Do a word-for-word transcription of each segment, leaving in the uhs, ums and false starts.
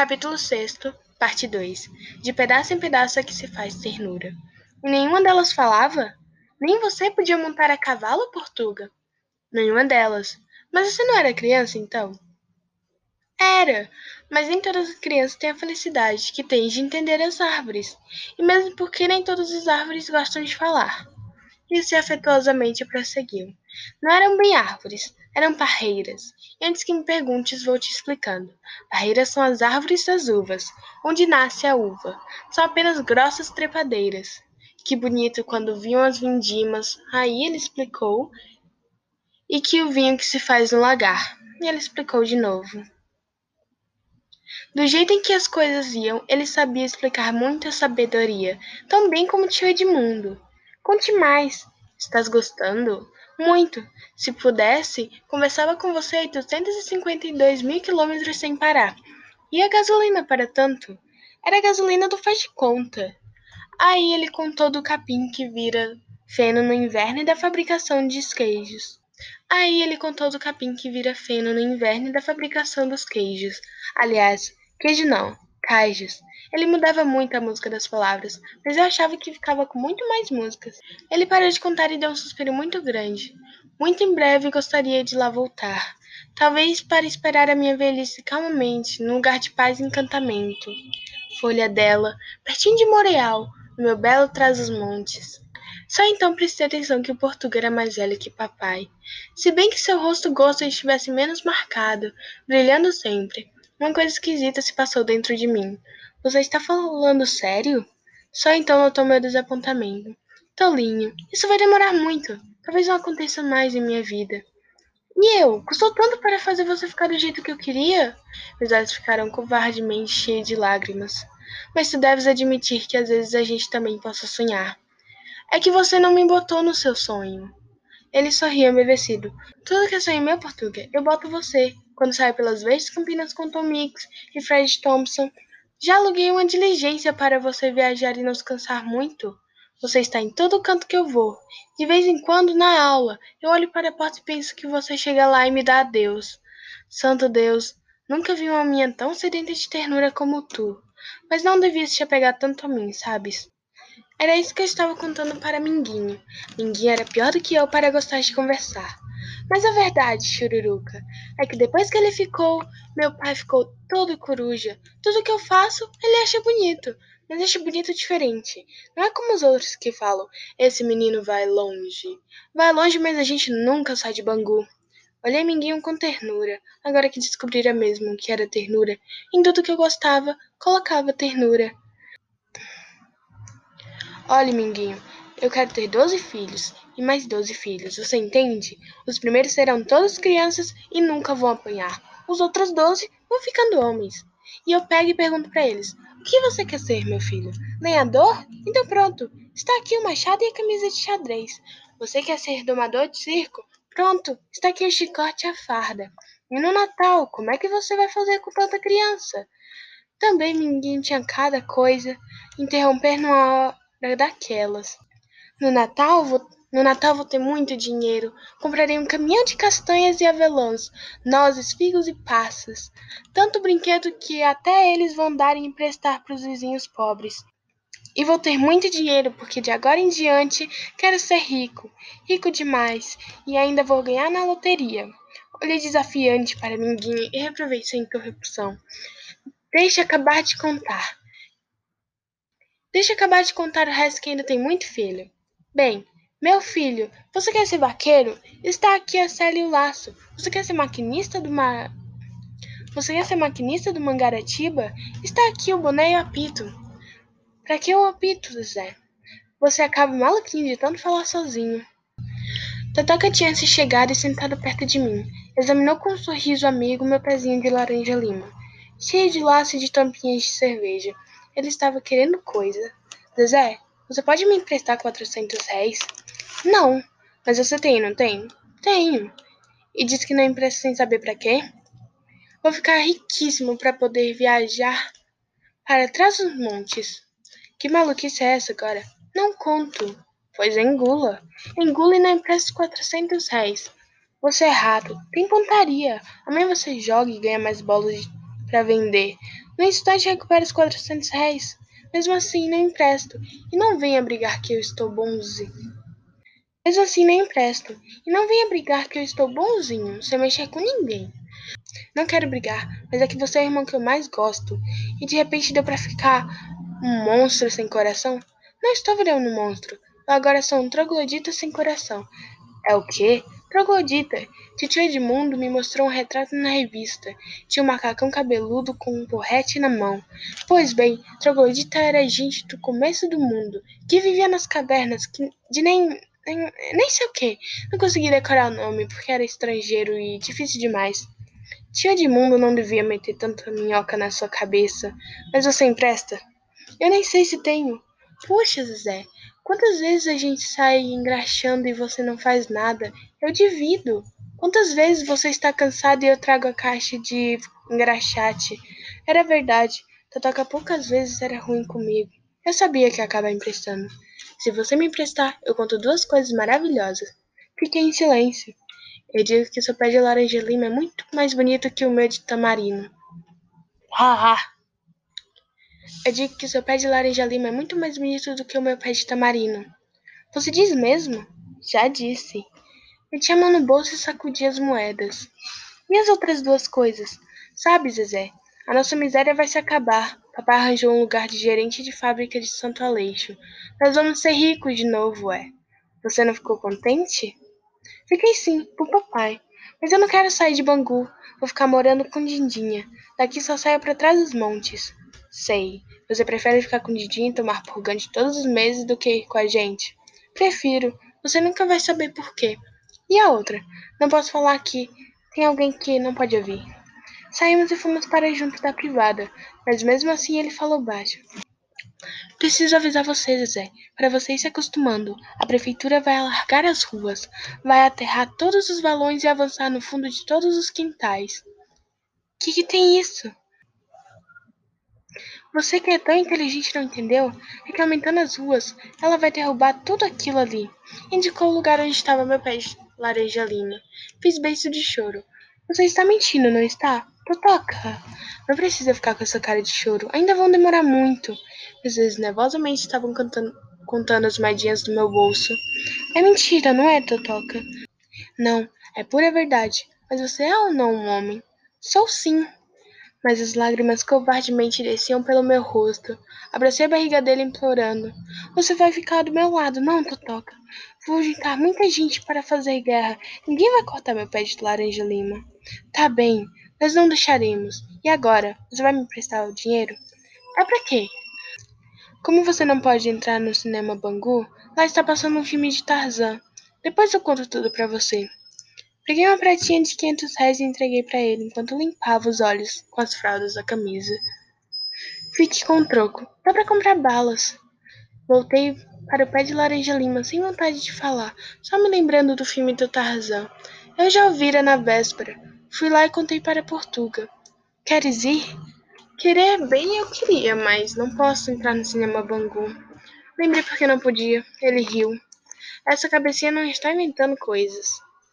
Capítulo sexto, parte dois. De pedaço em pedaço é que se faz ternura. E nenhuma delas falava? Nem você podia montar a cavalo, Portuga? Nenhuma delas. Mas você não era criança, então? Era, mas nem todas as crianças têm a felicidade que tens de entender as árvores. E mesmo porque nem todas as árvores gostam de falar. Disse afetuosamente e prosseguiu. Não eram bem árvores, eram parreiras. E antes que me perguntes, vou te explicando. Parreiras são as árvores das uvas, onde nasce a uva. São apenas grossas trepadeiras. Que bonito quando viam as vindimas. Aí ele explicou. E que o vinho que se faz no lagar. E ele explicou de novo. Do jeito em que as coisas iam, ele sabia explicar muita sabedoria, tão bem como tio Edmundo. Conte mais. Estás gostando? Muito. Se pudesse, conversava com você oitocentos e cinquenta e dois mil quilômetros sem parar. E a gasolina para tanto? Era a gasolina do faz de conta. Aí ele contou do capim que vira feno no inverno e da fabricação de queijos. Aí ele contou do capim que vira feno no inverno e da fabricação dos queijos. Aliás, queijo não, caijos. Ele mudava muito a música das palavras, mas eu achava que ficava com muito mais músicas. Ele parou de contar e deu um suspiro muito grande. Muito em breve gostaria de lá voltar. Talvez para esperar a minha velhice calmamente, num lugar de paz e encantamento. Folha dela, pertinho de Montreal, no meu belo Trás-os-Montes. Só então prestei atenção que o Portuga era mais velho que papai. Se bem que seu rosto gosto estivesse menos marcado, brilhando sempre. Uma coisa esquisita se passou dentro de mim. Você está falando sério? Só então notou meu desapontamento. Tolinho, isso vai demorar muito. Talvez não aconteça mais em minha vida. E eu? Custou tanto para fazer você ficar do jeito que eu queria? Meus olhos ficaram covardemente cheios de lágrimas. Mas tu deves admitir que às vezes a gente também possa sonhar. É que você não me botou no seu sonho. Ele sorriu embevecido. Tudo que é sonho meu, Portuga, eu boto você. Quando saio pelas verdes campinas com Tom Mix e Fred Thompson. Já aluguei uma diligência para você viajar e não se cansar muito. Você está em todo canto que eu vou. De vez em quando, na aula, eu olho para a porta e penso que você chega lá e me dá adeus. Santo Deus, nunca vi uma minha tão sedenta de ternura como tu. Mas não devias te apegar tanto a mim, sabes? Era isso que eu estava contando para Minguinho. Minguinho era pior do que eu para gostar de conversar. Mas a verdade, Chururuca, é que depois que ele ficou, meu pai ficou todo coruja. Tudo que eu faço, ele acha bonito. Mas acha bonito diferente. Não é como os outros que falam, esse menino vai longe. Vai longe, mas a gente nunca sai de Bangu. Olhei Minguinho com ternura, agora que descobrira mesmo o que era ternura. Em tudo que eu gostava, colocava ternura. Olhe, Minguinho, eu quero ter doze filhos, e mais doze filhos, você entende? Os primeiros serão todos crianças e nunca vão apanhar. Os outros doze vão ficando homens. E eu pego e pergunto para eles, o que você quer ser, meu filho? Lenhador? Então pronto, está aqui o machado e a camisa de xadrez. Você quer ser domador de circo? Pronto, está aqui o chicote e a farda. E no Natal, como é que você vai fazer com tanta criança? Também Minguinho tinha cada coisa, interromper numa hora daquelas. No Natal, vou, no Natal vou ter muito dinheiro. Comprarei um caminhão de castanhas e avelãs, nozes, figos e passas. Tanto brinquedo que até eles vão dar e emprestar para os vizinhos pobres. E vou ter muito dinheiro, porque de agora em diante quero ser rico, rico demais, e ainda vou ganhar na loteria. Olhei desafiante para Minguinho e reprovei sua interrupção. Deixa acabar de contar. Deixa acabar de contar o resto que ainda tem muito filho. Bem, meu filho, você quer ser vaqueiro? Está aqui a sela e o laço. Você quer ser maquinista do mar... Você quer ser maquinista do Mangaratiba? Está aqui o boné e o apito. Pra que o apito, Zé? Você acaba maluquinho de tanto falar sozinho. Totoca tinha se chegado e sentado perto de mim. Examinou com um sorriso amigo meu pezinho de laranja lima, cheio de laço e de tampinhas de cerveja. Ele estava querendo coisa. Zezé, você pode me emprestar quatrocentos réis? Não. Mas você tem, não tem? Tenho. E disse que não empresta sem saber pra quê? Vou ficar riquíssimo para poder viajar para trás dos montes. Que maluquice é essa agora? Não conto. Pois engula. Engula e não empresta quatrocentos réis. Você é rato. Tem pontaria. Amanhã você joga e ganha mais bolas para vender. No instante recupero os quatrocentos réis. Mesmo assim, não empresto. E não venha brigar que eu estou bonzinho. Mesmo assim, nem empresto. E não venha brigar que eu estou bonzinho, sem mexer com ninguém. Não quero brigar, mas é que você é o irmão que eu mais gosto. E de repente deu pra ficar um monstro sem coração? Não estou virando um monstro. Eu agora sou um troglodita sem coração. É o quê? Troglodita. Titio Edmundo me mostrou um retrato na revista. Tinha um macacão cabeludo com um porrete na mão. Pois bem, Troglodita era gente do começo do mundo, que vivia nas cavernas, que de nem, nem, nem sei o que. Não consegui decorar o nome, porque era estrangeiro e difícil demais. Tio Edmundo não devia meter tanta minhoca na sua cabeça. Mas você empresta? Eu nem sei se tenho. Puxa, Zé, quantas vezes a gente sai engraxando e você não faz nada? Eu divido. Quantas vezes você está cansado e eu trago a caixa de engraxate? Era verdade. Totoca poucas vezes era ruim comigo. Eu sabia que ia acabar emprestando. Se você me emprestar, eu conto duas coisas maravilhosas. Fiquei em silêncio. Eu digo que seu pé de laranja lima é muito mais bonito que o meu de tamarino. Haha! Eu digo que seu pé de laranja lima é muito mais bonito do que o meu pé de tamarino. Você diz mesmo? Já disse. Meti a mão no bolso e sacudi as moedas. E as outras duas coisas? Sabe, Zezé, a nossa miséria vai se acabar. Papai arranjou um lugar de gerente de fábrica de Santo Aleixo. Nós vamos ser ricos de novo, é. Você não ficou contente? Fiquei sim, por papai. Mas eu não quero sair de Bangu. Vou ficar morando com Dindinha. Daqui só saio pra trás dos montes. Sei. Você prefere ficar com Dindinha e tomar purgante todos os meses do que ir com a gente? Prefiro. Você nunca vai saber por quê. E a outra? Não posso falar aqui. Tem alguém que não pode ouvir. Saímos e fomos para junto da privada, mas mesmo assim ele falou baixo. Preciso avisar vocês, Zé, para vocês se acostumando. A prefeitura vai alargar as ruas, vai aterrar todos os valões e avançar no fundo de todos os quintais. Que que tem isso? Você que é tão inteligente não entendeu? É que aumentando as ruas, ela vai derrubar tudo aquilo ali. Indicou o lugar onde estava meu pé de laranja lima. Fiz beijo de choro. Você está mentindo, não está? Totoca! Não precisa ficar com essa cara de choro. Ainda vão demorar muito. Às vezes nervosamente estavam cantando, contando as moedinhas do meu bolso. É mentira, não é, Totoca? Não, é pura verdade. Mas você é ou não um homem? Sou sim. Mas as lágrimas covardemente desciam pelo meu rosto. Abracei a barriga dele implorando. Você vai ficar do meu lado, não, Totoca? Vou juntar muita gente para fazer guerra. Ninguém vai cortar meu pé de laranja lima. Tá bem, nós não deixaremos. E agora? Você vai me emprestar o dinheiro? É pra quê? Como você não pode entrar no cinema Bangu, lá está passando um filme de Tarzan. Depois eu conto tudo pra você. Peguei uma pratinha de quinhentos réis e entreguei para ele enquanto limpava os olhos com as fraldas da camisa. Fique com o troco. Dá para comprar balas. Voltei para o pé de laranja lima sem vontade de falar, só me lembrando do filme do Tarzan. Eu já ouvira na véspera. Fui lá e contei para Portuga. Queres ir? Querer bem eu queria, mas não posso entrar no cinema Bangu. Lembrei porque não podia. Ele riu. Essa cabecinha não está inventando coisas.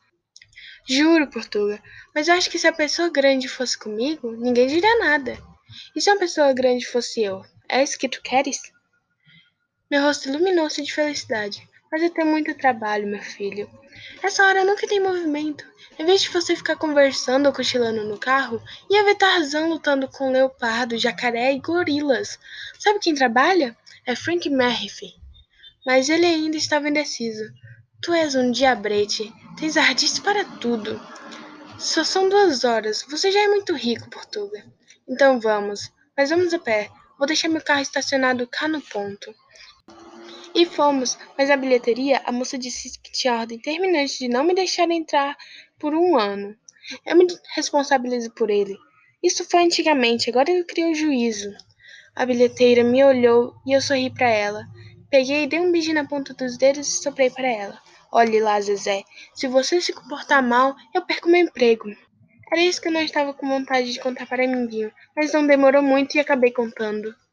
Juro, Portuga, mas eu acho que se a pessoa grande fosse comigo, ninguém diria nada. E se uma pessoa grande fosse eu? É isso que tu queres? Meu rosto iluminou-se de felicidade. Mas eu tenho muito trabalho, meu filho. Essa hora nunca tem movimento. Em vez de você ficar conversando ou cochilando no carro, ia ver Tarzan lutando com leopardo, jacaré e gorilas. Sabe quem trabalha? É Frank Merrife. Mas ele ainda estava indeciso. Tu és um diabrete. Tens ardice para tudo. Só são duas horas. Você já é muito rico, Portuga. Então vamos. Mas vamos a pé. Vou deixar meu carro estacionado cá no ponto. E fomos, mas na bilheteria a moça disse que tinha ordem terminante de não me deixar entrar por um ano. Eu me responsabilizo por ele. Isso foi antigamente, agora ele criou juízo. A bilheteira me olhou e eu sorri para ela. Peguei e dei um beijo na ponta dos dedos e soprei para ela. Olhe lá, Zezé. Se você se comportar mal, eu perco meu emprego. Era isso que eu não estava com vontade de contar para ninguém, mas não demorou muito e acabei contando.